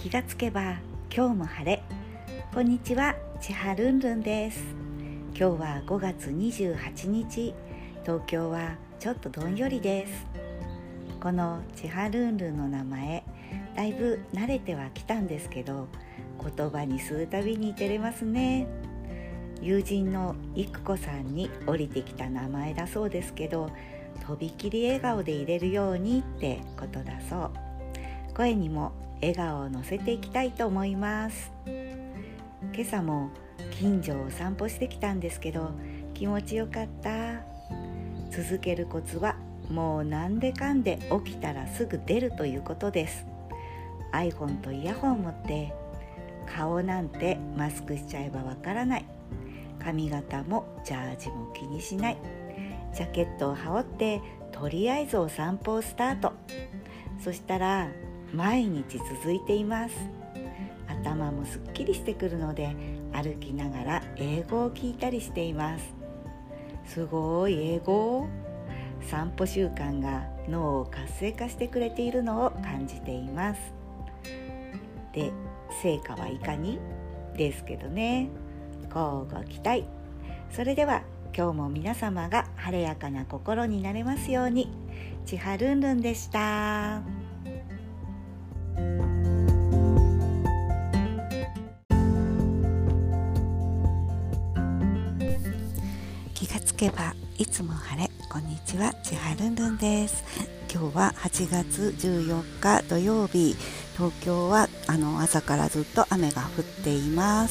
気がつけば今日も晴れ。こんにちは、ちはるんるんです。今日は5月28日、東京はちょっとどんよりです。このちはるんるんの名前、だいぶ慣れてはきたんですけど、言葉にするたびに照れますね。友人のいくこさんに降りてきた名前だそうですけど、とびきり笑顔でいれるようにってことだそう。声にも笑顔を乗せていきたいと思います。今朝も近所を散歩してきたんですけど、気持ちよかった。続けるコツはもうなんでかんで起きたらすぐ出るということです。 iPhone とイヤホンを持って顔なんてマスクしちゃえばわからない。髪型もジャージも気にしない。ジャケットを羽織ってとりあえずお散歩をスタート。そしたら毎日続いています。頭もすっきりしてくるので、歩きながら英語を聞いたりしています。すごい英語。散歩習慣が脳を活性化してくれているのを感じています。で、成果はいかにですけどね。乞うご期待。それでは今日も皆様が晴れやかな心になれますように。ちはるんるんでした。気がつけばいつも晴れ。こんにちは、ちはるんるんです。今日は8月14日土曜日。東京は朝からずっと雨が降っています。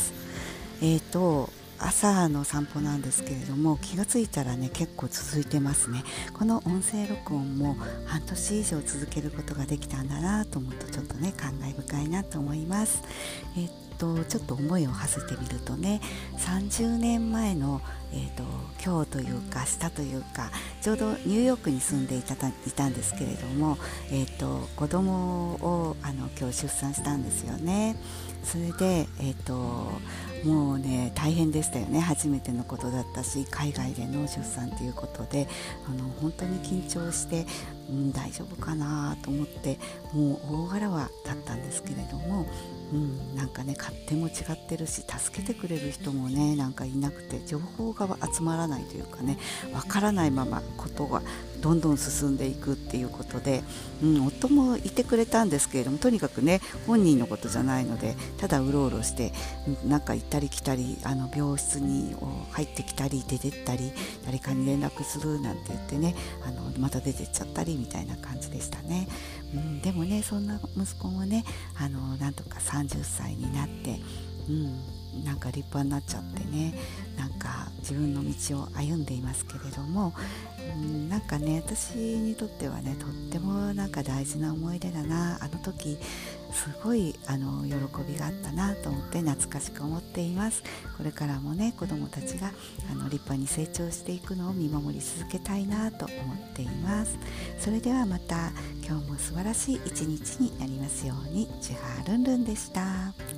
朝の散歩なんですけれども、気がついたらね、結構続いてますね。この音声録音も半年以上続けることができたんだなと思うと、ちょっとね、感慨深いなと思います。ちょっと思いを馳せてみるとね、30年前の、今日というか明日というか、ちょうどニューヨークに住んでいたんですけれども、子供を今日出産したんですよね。それで、もうね、大変でしたよね。初めてのことだったし、海外での出産ということで本当に緊張して、大丈夫かなと思って、もう大柄はだったんですけれども、なんかね、勝手も違ってるし、助けてくれる人もね、なんかいなくて、情報が集まらないというかね、わからないままことがどんどん進んでいくっていうことで、夫もいてくれたんですけれども、とにかくね、本人のことじゃないので、ただうろうろして、なんか行ったり来たり、病室に入ってきたり出てったり、誰かに連絡するなんて言ってね、また出てっちゃったりみたいな感じでしたね。でもね、そんな息子もね、なんとか30歳になって、なんか立派になっちゃってね、なんか自分の道を歩んでいますけれども、なんかね、私にとってはね、とってもなんか大事な思い出だな。あの時すごい喜びがあったなと思って懐かしく思っています。これからもね、子どもたちが立派に成長していくのを見守り続けたいなと思っています。それではまた今日も素晴らしい一日になりますように。ちはるんるんでした。